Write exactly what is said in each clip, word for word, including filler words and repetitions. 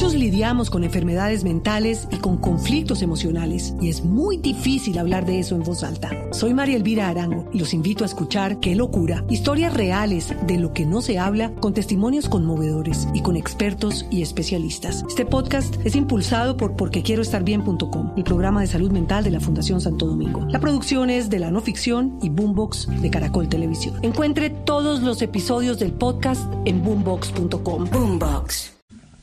Muchos lidiamos con enfermedades mentales y con conflictos emocionales, y es muy difícil hablar de eso en voz alta. Soy María Elvira Arango y los invito a escuchar Qué Locura, historias reales de lo que no se habla, con testimonios conmovedores y con expertos y especialistas. Este podcast es impulsado por porque quiero estar bien punto com, el programa de salud mental de la Fundación Santo Domingo. La producción es de La No Ficción y Boombox de Caracol Televisión. Encuentre todos los episodios del podcast en boombox punto com. Boombox.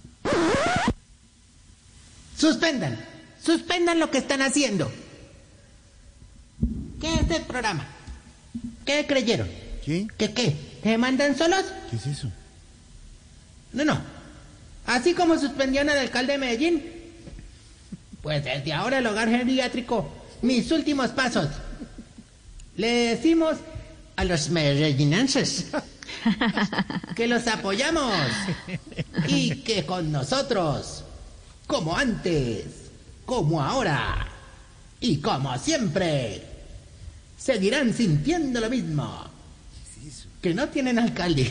Suspendan, suspendan lo que están haciendo. ¿Qué es el programa? ¿Qué creyeron? ¿Qué? ¿Qué qué? ¿Que mandan solos? ¿Qué es eso? No, no. Así como suspendieron al alcalde de Medellín, pues desde ahora el hogar geriátrico, mis últimos pasos. Le decimos a los medellinenses que los apoyamos y que con nosotros, como antes, como ahora y como siempre, seguirán sintiendo lo mismo. Que no tienen alcalde.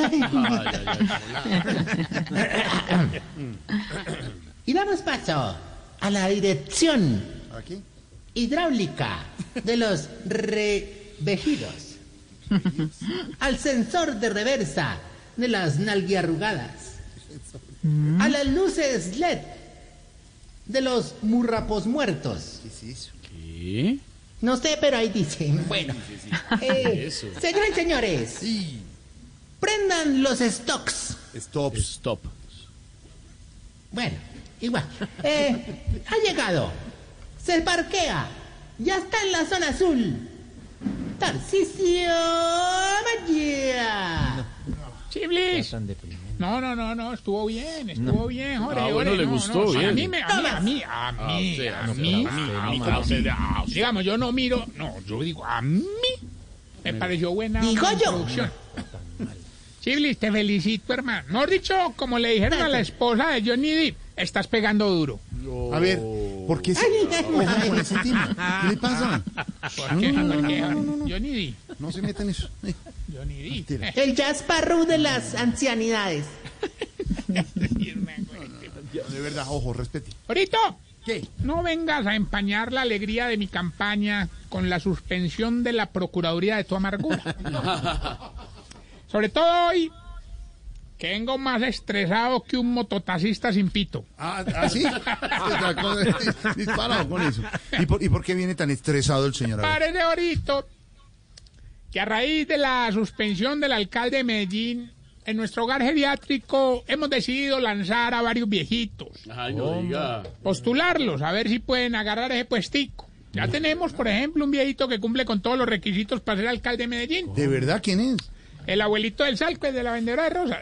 Y damos paso a la dirección ¿Aquí? hidráulica de los revejidos, al sensor de reversa de las nalguiarrugadas, a las luces L E D de los murrapos muertos. ¿Qué es eso? ¿Qué? No sé, pero ahí dicen. Bueno, eh, Eso. señores y señores, Sí. prendan los stocks. Stop. Stop. Bueno, igual. Eh, ha llegado. Se parquea. Ya está en la zona azul. Tarcisio Maya. Chiblis. No, no, no, no, estuvo bien, estuvo bien, Jorge. Ah, bueno, Jorge, le no, gustó, no, sí, bien. A mí, me, a mí, a mí, a mí, usted, a a usted, mí, a usted, a a mí, usted, a a usted, usted, a usted. digamos, yo no miro, no, yo digo, a mí me pareció buena Digo yo. introducción. Chiblis, te felicito, hermano. Mejor dicho, como le dijeron a la esposa de Johnny Depp, estás pegando duro. A ver, ¿por qué se ojo con ese tema? ¿Qué le pasa? ¿Por qué? No, no, ¿Por qué? no, no, no, no. Johnny Depp, No se meta en eso. Eh, Johnny Depp. Mentira. El Jazz Parru de las ancianidades. De verdad, ojo, respete. Ahorita. ¿Qué? No vengas a empañar la alegría de mi campaña con la suspensión de la Procuraduría de tu amargura. Sobre todo hoy, que vengo más estresado que un mototaxista sin pito. Ah, ¿ah, sí? Está con- disparado con eso. ¿Y por, ¿Y por qué viene tan estresado el señor? A ver. Parece ahorita que a raíz de la suspensión del alcalde de Medellín, en nuestro hogar geriátrico hemos decidido lanzar a varios viejitos, Ay, no diga. postularlos, a ver si pueden agarrar ese puestico. Ya tenemos, por ejemplo, un viejito que cumple con todos los requisitos para ser alcalde de Medellín. ¿De verdad quién es? El abuelito del Salco, el de la vendedora de rosas.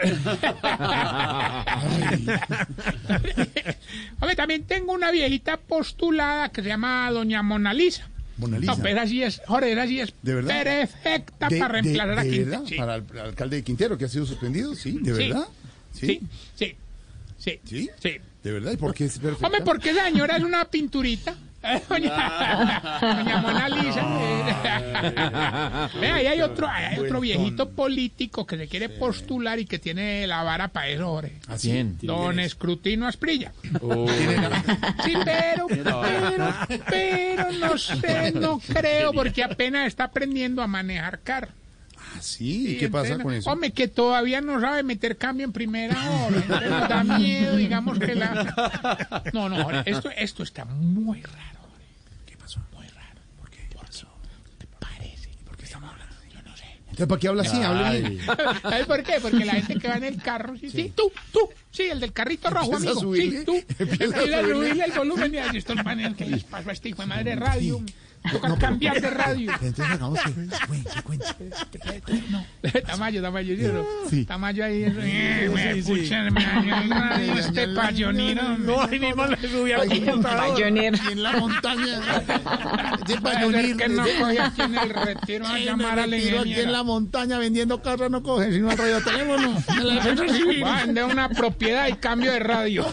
Hombre, también tengo una viejita postulada que se llama doña Mona Lisa. Mona Lisa. No, pero esa sí es, Jorge, esa sí es ¿De verdad? perfecta ¿De, para reemplazar de, a de Quintero. verdad? Sí, ¿Para el, el alcalde de Quintero que ha sido suspendido? ¿Sí? ¿De Sí. verdad? sí, sí, sí, ¿Sí? sí. ¿De verdad? ¿Y por qué es perfecta? Hombre, porque esa señora es una pinturita. Doña, doña Mona Lisa. Ve, ahí hay otro, ahí hay otro viejito político que se quiere postular y que tiene la vara para eso, Jorge. ¿Así? Bien. Don Escrutino Asprilla. ¿Tiene la- Sí, pero, pero, pero no sé, no creo, porque apenas está aprendiendo a manejar carro. ¿Ah, sí? ¿Y Sí, qué pasa entonces, con eso? Hombre, que todavía no sabe meter cambio en primera hora. Entonces nos da miedo, digamos que la... No, no, Jorge, esto, esto está muy raro, Jorge. ¿Qué pasó? Muy raro. ¿Por qué? ¿Qué pasó? ¿Te parece? ¿Por qué estamos hablando? Yo no sé. Entonces, ¿para qué habla así? Hable bien. ¿Sabes por qué? Porque la gente que va en el carro, sí, sí, tú, tú, sí, el del carrito rojo, Empieza a amigo, subirle, sí, tú, empieza a empieza a subirle. subirle el volumen y así estos manes, ¿qué les pasa a este hijo de madre de radio? Toca cambiar de radio. Entonces, hagamos que cuente, cuente. No. Tamayo, Tamayo, ¿sí o no? Sí. Tamayo ahí, eh, me escuchan, el radio, este payonero. No, ahí mismo le subí al Ay, computador. Y en la montaña. De Puede ser que no coge aquí en el retiro a llamar al Aquí en la ingeniero. montaña vendiendo carros no coge, sino al radioteléfono. De una propiedad propiedad y cambio de radio.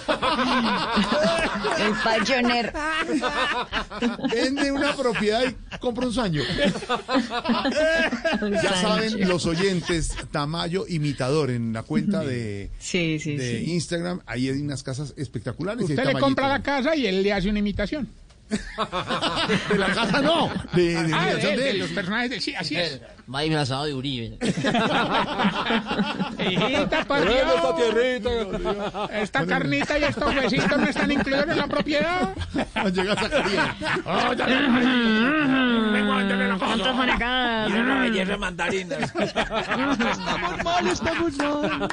El Pioneer. Vende una propiedad y compra un Sanyo. Ya saben los oyentes, Tamayo imitador en la cuenta de, Sí, sí, de sí. Instagram. Ahí hay unas casas espectaculares. y hay Usted le Tamayito. compra la casa y él le hace una imitación. De la casa no. De, de, Ah, de, imitación él, de de él. los personajes de... Sí, así es. Va disfrazado de Uribe. Hijita, por Dios. Esta carnita y estos huesitos no están incluidos en la propiedad. Llega Zacarías. Vengo a venderle la cosa. ¿Cuántas manecadas? Belleza mandarinas. Estamos mal, estamos mal.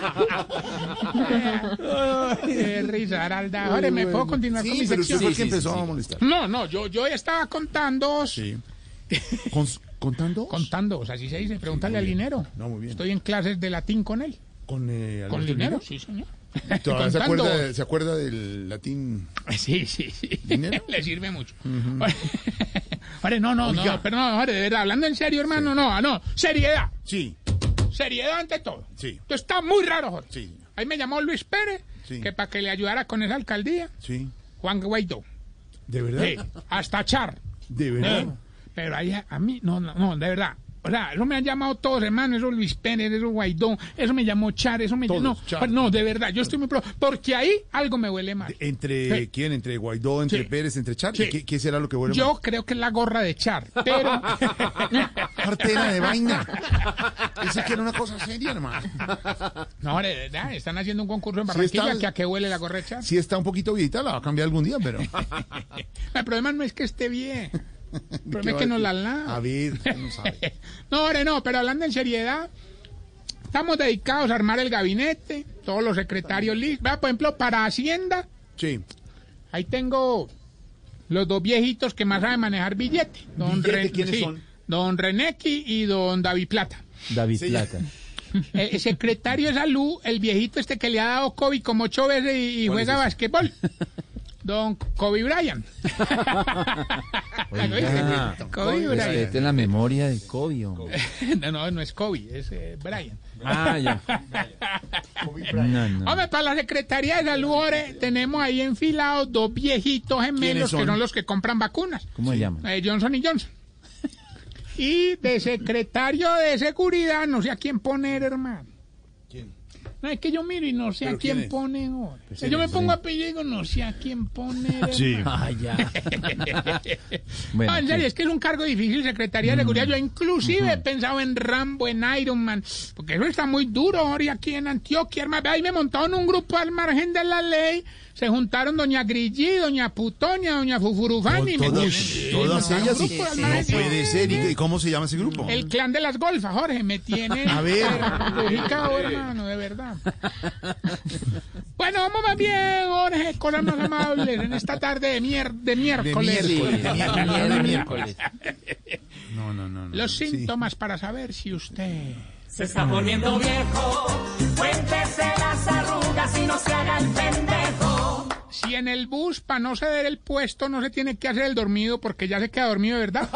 Qué risa, Aralda. Ahora, ¿me puedo continuar con Sí, mi pero usted sección? fue el que Sí, sí, empezó sí. a molestar. No, no, yo, yo estaba contando... Sí. Con- ¿Contando? Contando, o sea, así se dice. Pregúntale al Linero. No, muy bien. Estoy en clases de latín con él. Con, eh, ¿Con Alberto Linero? Linero. Sí, señor. ¿Todavía se Contando. acuerda, se acuerda del latín? Sí, sí, sí. ¿Dinero? Le sirve mucho. Ahora, no, no, Oiga. no, pero no, ahora, de verdad, hablando en serio, hermano, no, no, seriedad, Sí, seriedad ante todo. Sí. Esto está muy raro, Jorge. sí, Ahí me llamó Luis Pérez, Sí. que para que le ayudara con esa alcaldía, sí. Juan Guaidó, ¿De verdad? sí, hasta Char. ¿De verdad? Sí. Pero ahí a, a mí, no, no, no, de verdad. O sea, eso me han llamado todos, hermano, eso Luis Pérez, eso Guaidó, eso me llamó Char, eso me Todos, no, Char. no, de verdad, yo estoy muy pro, porque ahí algo me huele mal. ¿Entre Sí. quién? ¿Entre Guaidó, entre Sí. Pérez, entre Char? Sí. ¿Qué, qué será lo que vuelve Yo creo que es la gorra de Char, pero... Cartera de vaina. Pensé que era una cosa seria, hermano. No, de verdad, están haciendo un concurso en Sí Barranquilla está- que a qué huele la gorra de Char. Sí está un poquito viejita, la va a cambiar algún día, pero... El problema no es que esté bien, el problema ¿Qué es va que a nos la decir? lava. A ver, usted no sabe. No, hombre, no, pero hablando en seriedad, estamos dedicados a armar el gabinete, todos los secretarios listos. Vea, por ejemplo, para Hacienda, Sí. ahí tengo los dos viejitos que más saben manejar billete. Don ¿Billete? Ren- ¿Quiénes sí, son? Don Renequi y don David Plata. David Sí. Plata. Eh, el secretario de salud, el viejito este que le ha dado COVID como ocho veces y, y ¿Cuál juega es ese? basquetbol. Don Kobe Bryant. Oiga, Kobe Bryant. respete la memoria de Kobe, hombre. No, no, no es Kobe, es eh, Bryant. Ah, ya. No, no. Hombre, para la Secretaría de Salud, ore, tenemos ahí enfilados dos viejitos gemelos son? que son los que compran vacunas. ¿Cómo se llama? Eh, Johnson y Johnson. Y de secretario de seguridad, no sé a quién poner, hermano. ¿Quién? No, es que yo miro y no sé a ¿Pero quién, quién es? ponen ahora. Pues yo me sí. pongo apellido y digo, no sé a quién poner. Sí. hermano. Ah, ya. Bueno, No, en serio, sí. es que es un cargo difícil, Secretaría de Seguridad. Yo inclusive he pensado en Rambo, en Iron Man, porque eso está muy duro ahora aquí en Antioquia, hermano. Ahí me montaron un grupo al margen de la ley. Se juntaron doña Grillí, doña Putonia, doña Fufurufani. y me Todas, tienen- todas me montaron ellas. un y- grupo al No margen. puede ser. ¿Y cómo se llama ese grupo? El clan de las golfas, Jorge, me tiene A ver. perjudicado, hermano, de verdad. Bueno, vamos más bien, Jorge, cosas más amables en esta tarde de, mier de De miércoles. miércoles. De miércoles. De miércoles. No, no, no. no. Los Sí. síntomas para saber si usted... Se está poniendo viejo, cuéntese las arrugas y no se haga el pendejo. Si en el bus, para no ceder el puesto, no se tiene que hacer el dormido porque ya se queda dormido, de verdad.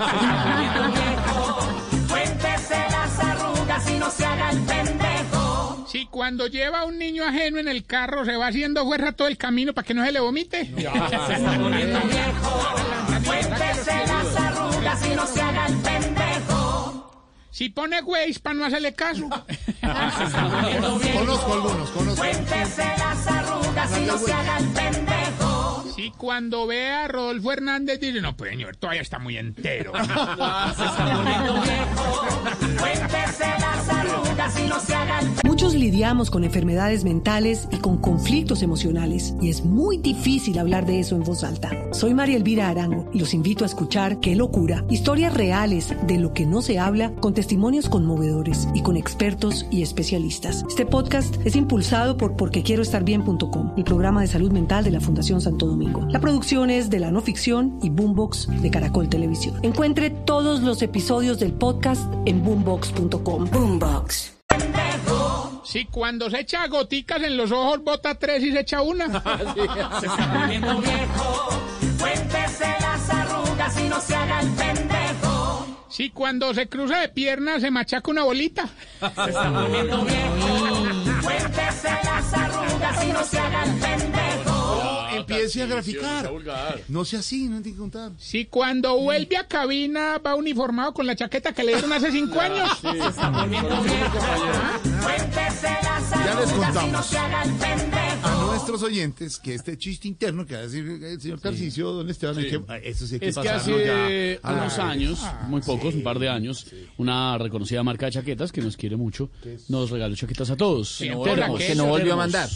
Cuéntese las arrugas y no se haga el pendejo. Si cuando lleva a un niño ajeno en el carro se va haciendo fuerza todo el camino para que no se le vomite. Se está poniendo viejo, cuéntese las arrugas y no se haga el pendejo. Si pone Waze para no hacerle caso. Conozco algunos, conozco. Cuéntese las arrugas y no se haga el pendejo. Si cuando ve a Rodolfo Hernández dice, no, pues señor, todavía está muy entero. Se está poniendo viejo, cuéntese las arrugas y no se haga el Muchos lidiamos con enfermedades mentales y con conflictos emocionales y es muy difícil hablar de eso en voz alta. Soy María Elvira Arango y los invito a escuchar Qué locura, historias reales de lo que no se habla con testimonios conmovedores y con expertos y especialistas. Este podcast es impulsado por porquequieroestarbien punto com, el programa de salud mental de la Fundación Santo Domingo. La producción es de la no ficción y Boombox de Caracol Televisión. Encuentre todos los episodios del podcast en boombox punto com. Boombox. Si cuando se echa goticas en los ojos bota tres y se echa una. Se está poniendo viejo, cuéntese las arrugas y no se haga el pendejo. Si cuando se cruza de piernas se machaca una bolita. Se está poniendo viejo, cuéntese las arrugas arrugas y no se haga el pendejo. Empiece a graficar. No sea así, no tiene que contar. Si cuando vuelve a cabina va uniformado con la chaqueta que le dieron hace cinco años. Se está volviendo viejo. Cuéntese las Ya les arrugas y no contamos se haga el pendejo. a nuestros oyentes que este chiste interno que va a decir el señor Tarcisio, don Esteban, Sí. hay que, eso sí hay que Es que pasarlo hace ya a la- unos años, muy pocos, un par de años, una reconocida marca de chaquetas que nos quiere mucho, nos regaló chaquetas a todos. Que no Termos, volvió- que no volvió a termos. mandar.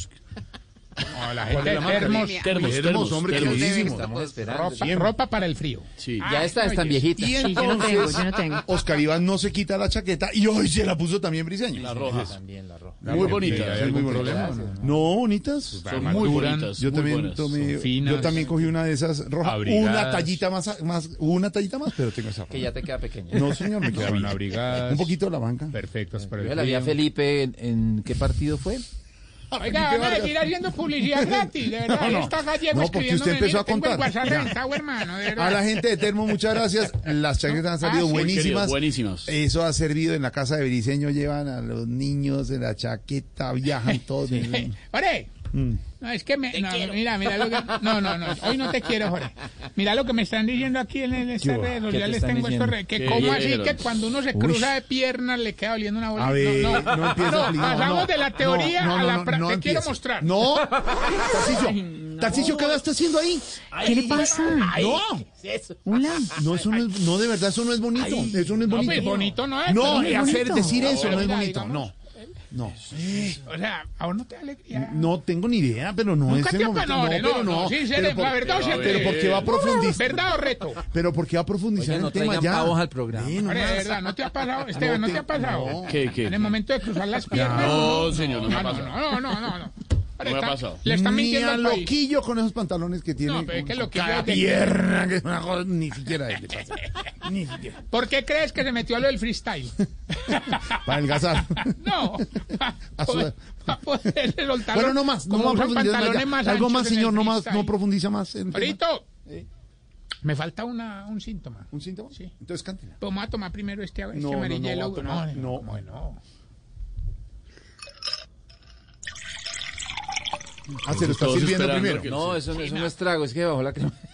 No, la gente de termos, Termos, Termos, termos, hombre, termos. queridísimo. Estamos esperando. ropa, ropa para el frío. Sí. Ya está, están viejitas. Y Sí, yo no tengo, entonces, yo no tengo. Oscar Iván no se quita la chaqueta y hoy se la puso también Briseño. La roja. También la roja. Muy bonitas. ¿Hay algún problema? No, bonitas. Son muy Duran. bonitas. Yo muy también buenas. tomé, Son finas. yo también cogí una de esas rojas, Abrigadas. una tallita más, más, una tallita más, pero tengo esa roja. Que ya te queda pequeña. No, señor, me queda Son bien. abrigadas. Un poquito de la banca. Perfectas para el Yo la vi a frío. Felipe en, en ¿qué partido fue? Oiga, van a seguir haciendo publicidad gratis, de verdad. No, no. Está gallego No, porque usted escribiéndome, empezó mire, a tengo el contar. WhatsApp Ya. reventado, hermano, de A verdad. la gente de Termo, muchas gracias. Las chaquetas han salido Ah, sí. buenísimas. Querido, buenísimas. Eso ha servido en la casa de Briseño. Llevan a los niños en la chaqueta, viajan todos. Ore, Mm. no, es que me, no, mira, mira lo que, no, no, no, hoy no te quiero, Jorge. Mira lo que me están diciendo aquí en, en estas ¿Qué? redes ¿Qué te sociales, están tengo diciendo? esto, re- que ¿Qué como así dijeron? que cuando uno se cruza de piernas le queda oliendo una bola. A ver, no, no, empieza a explicar. pasamos no, de la teoría no, no, a la no, práctica. no Te quiero empiece. mostrar. No, Tarcisio, Tarcisio, ¿qué estás haciendo ahí? ¿Qué le pasa? No, Hola. no, eso no es, no, de verdad, eso no es bonito. Eso no es No, bonito. pues bonito no es. No, pero es hacer, bonito. decir eso no es Mira, bonito. digamos, No, no. O sea, a vos no te da alegría. No tengo ni idea, pero no Nunca es el te momento. apa- no, pero no, no, sí, pero seré, por- la verdad, o sea, pero te- ¿por qué va a profundizar? ¿Verdad o reto? Pero ¿por qué va a profundizar Oiga, no el tema traigan ya? pavos al programa. Sí, no Hombre, de más. verdad, ¿no te ha pasado, Esteban, no te ha pasado? ¿Qué, qué? En el momento de cruzar las piernas. No, señor, no me ha no, pasado. no, no, no, no. No me ha pasado. Le están Ni mintiendo a al país. loquillo con esos pantalones que tiene. No, pero es que con Loquillo cada es de- pierna, que es una cosa, ni siquiera él le pasa. Ni siquiera. ¿Por qué crees que se metió a lo del freestyle? Para adelgazar. No, para A su- poder, pa poder soltar. Bueno, no más. No como más usan profundizar pantalones ya. más Algo anchos más, en el señor, no más, no freestyle. profundiza más. En el tema. Ahorita, me falta una, un síntoma. ¿Un síntoma? Sí. Entonces cántela. Vamos a tomar primero este, este No, no, no, amarillelo. va a tomar- no, no. no, no. Ah, se lo está Todos sirviendo esperando primero. que- No, eso, eso no es trago, es que bajó la crema.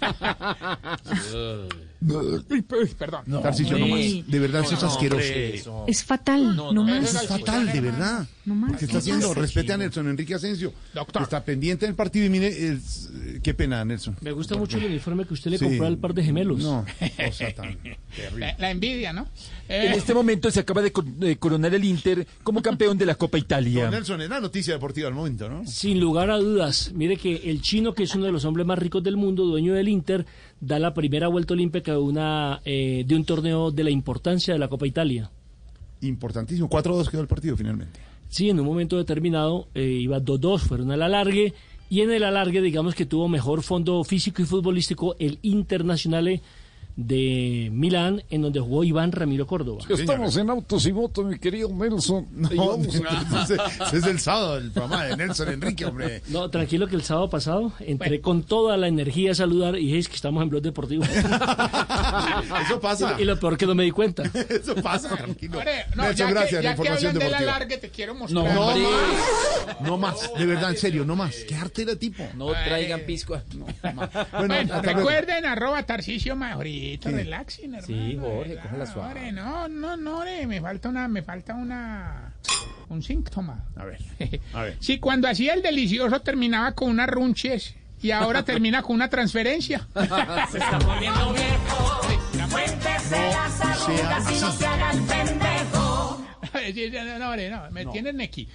Uy, uy, perdón. Tarcisio, no más. De verdad, eso es asqueroso. Es fatal. No, Eso más. es Es fatal, de verdad. No más. ¿Qué está haciendo? Respete a Nelson Enrique Asensio. Doctor. Está pendiente del partido y mire, es- eh, qué pena, Nelson. Me gusta mucho el uniforme que usted le Sí. compró al par de gemelos. No, cosa tan terrible. La, la envidia, ¿no? En Eh, este momento se acaba de co- de coronar el Inter como campeón de la Copa Italia. Don Nelson, es la noticia deportiva del momento, ¿no? Sin lugar a dudas, mire que el chino, que es uno de los hombres más ricos del mundo, dueño del Inter, da la primera vuelta olímpica de, una, eh, de un torneo de la importancia de la Copa Italia. Importantísimo. cuatro a dos quedó el partido finalmente. Sí, en un momento determinado eh, iba dos dos, fueron al alargue, y en el alargue digamos que tuvo mejor fondo físico y futbolístico el Internazionale de Milán, en donde jugó Iván Ramiro Córdoba. Estamos en autos y motos, mi querido Nelson. No, ese ese es el sábado, el programa de Nelson Enrique, hombre. No, tranquilo que el sábado pasado entré con toda la energía a saludar y dije "Es que estamos en Blog Deportivo". Eso pasa. Y lo peor que no me di cuenta. Eso pasa, tranquilo. Hombre, no, Nelson, ya gracias, que, la ya que información hablan del deportiva. alargue, te quiero mostrar. No Hombre. más. No más. De verdad, en serio, no más. Qué arte de tipo. No traigan pisco. Bueno, Bueno, hasta luego. recuerden, arroba Tarcisio Majorito, relaxing, hermano. Sí, Jorge, ¿verdad? cógela suave. Ore, no, no, no, ore, me falta una, me falta una, un síntoma. A ver, a ver. Si cuando hacía el delicioso terminaba con unas runches y ahora termina con una transferencia. Se está volviendo viejo. Cuéntese las arrugas y no se haga el pendejo. Sí, no, no, ore, no, me tienen aquí.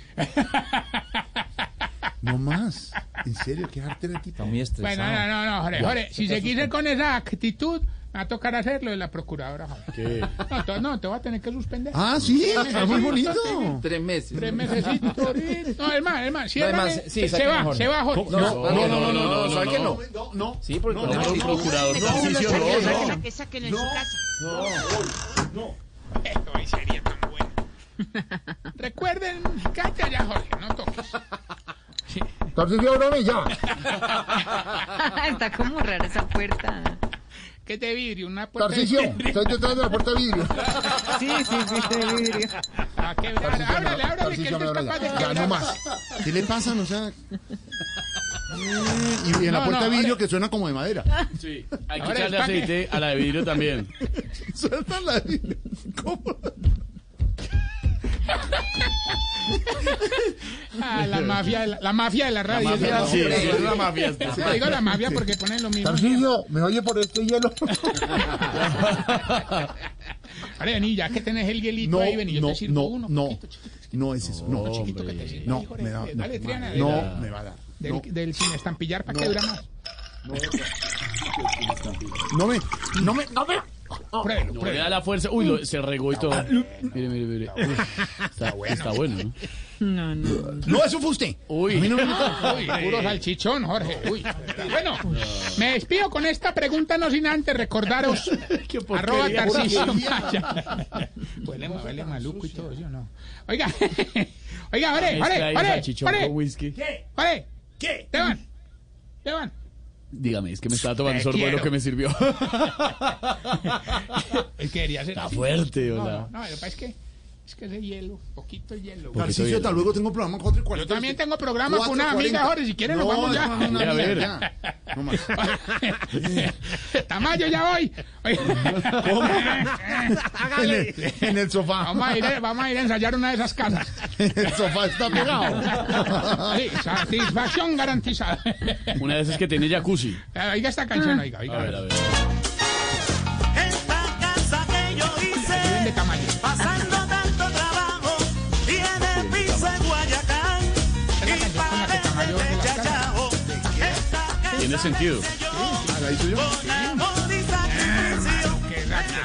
No más. En serio, qué arte de tipo. Está muy estresado. Bueno, no, no, no, Jorge, Jorge, si seguís con esa actitud, me va a tocar hacerlo de la procuradora, Jorge. ¿Qué? No, to- no, te voy a tener que suspender. Ah, sí, está muy bonito. Tres meses. Tres mesecitos. No, es más, es más, ciérrame. además, sí, se, se sáqueme va, Jorge. se va, Jorge. No, no, no, no, no, no, no, ¿sabe que no? No, no. Sí, porque No, con no, el no, procurador no, Tarcisio, no, no, no, no. no. Que saquen en su casa. Ay, sería tan bueno. Recuerden, cállate ya, Jorge, no toques. Tarcisio Bromilla. Está como rara esa puerta. que es de vidrio, una puerta Tarcisio, de vidrio. estoy detrás de la puerta de vidrio. Sí, sí, sí, de vidrio. A quebrar. Tarcisio, Ábrale, ábrale, que Tarcisio, él no es ábrale. capaz de Ya, quebrar. no más. ¿Qué le pasa? No sea... Y, y en la No, puerta no, de vidrio ahora- que suena como de madera. Sí, hay que Ahora echarle está que- aceite a la de vidrio también. Suena la de vidrio. ¿Cómo? Ah, la mafia, de la, la mafia de la La radio. mafia, ¿no? sí, eso es la mafia. Sí, digo la mafia porque ponen lo mismo. Tarcisio, ¿me oye por este hielo? Ahora vení, ya que tenés el hielito No, ahí, vení, yo no, te sirvo no, uno. no. Poquito, chiquito, chiquito, No es eso, no. chiquito que te sirvo. No, Ahí, Jorge, me da, no, dale, Triana, no, dale. me va a dar. Del, No, del sin estampillar para que dura más. no me, no me, no me. Pruébelo, No le pruébelo. da la fuerza. Uy, lo- se regó y todo. Mire, mire, mire. Uy, está, está bueno, ¿no? No, no. No, eso fue usted. Uy. A mí no me meta. Uy, puro salchichón, Jorge. Uy. Bueno, me despido con esta pregunta, no sin antes recordaros. Qué Arroba porquería. Tarcisio Maya. Huele, huele maluco y todo, ¿yo no? Oiga, oiga, ore, Mezcla ore, ahí ore, salchichón con ore, whisky. ore. ¿Qué? Esteban, Esteban. Dígame, es que me estaba tomando Te sorbo de lo quiero. que me sirvió. Él quería hacer Está así. fuerte, No, hola. no, no, lo que pasa es que es que ese hielo, poquito hielo. Poquito Tarcisio, hielo. hasta luego tengo programa cuatro y Yo cuarenta. también tengo programa con cuatro una amiga, cuarenta. Jorge, si quieren nos No, vamos ya. no, no, Ya, a ver. ya. No más. Tamayo, ya voy. Oye, En el, en el sofá. Vamos a, ir, vamos a ir a ensayar una de esas casas. El sofá está pegado. Sí, satisfacción garantizada. Una de esas que tiene jacuzzi. Oiga esta canción, oiga, oiga. A ver, a ver. Esta casa que yo hice, Viven de Tamayo. pasando tanto trabajo, tiene piso en Guayacán Esta y canción con la que paredes Tamayo de hace las casas. chachao. Esta casa Tiene sentido. Ah, la hizo yo. con amor y sacrificio. Qué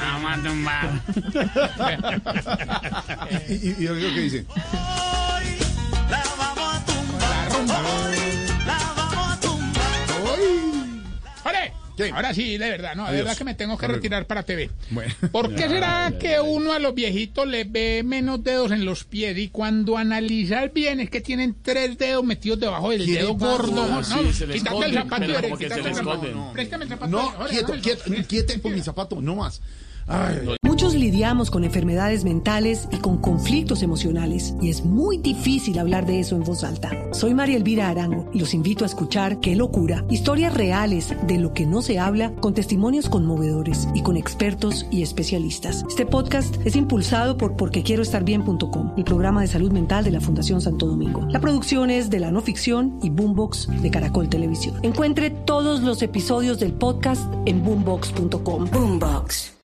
Y, y, y oiga lo que dice. Hoy la vamos a tumbar, La rumba. hoy la vamos a tumbar. ¡Ore! ¿Qué? Ahora sí, de verdad, no, de Adiós. verdad que me tengo que Hasta luego. retirar para T V. Bueno. ¿Por qué será Ay, que ay, ay. uno a los viejitos les ve menos dedos en los pies y cuando analizar bien es que tienen tres dedos metidos debajo del ¿Qué le dedo pasa? gordo? No, Sí, se le quítate el esconden, zapato, pero Ore, como que quítate se el le zapato. esconden. Préstame el zapato. No, Ore, quieto, Ore, quieto, quieto con mi zapato, no más. Ay. Muchos lidiamos con enfermedades mentales y con conflictos emocionales y es muy difícil hablar de eso en voz alta. Soy María Elvira Arango y los invito a escuchar Qué locura, historias reales de lo que no se habla con testimonios conmovedores y con expertos y especialistas. Este podcast es impulsado por porquequieroestarbien punto com, el programa de salud mental de la Fundación Santo Domingo. La producción es de La No Ficción y Boombox de Caracol Televisión. Encuentre todos los episodios del podcast en boombox punto com. Boombox.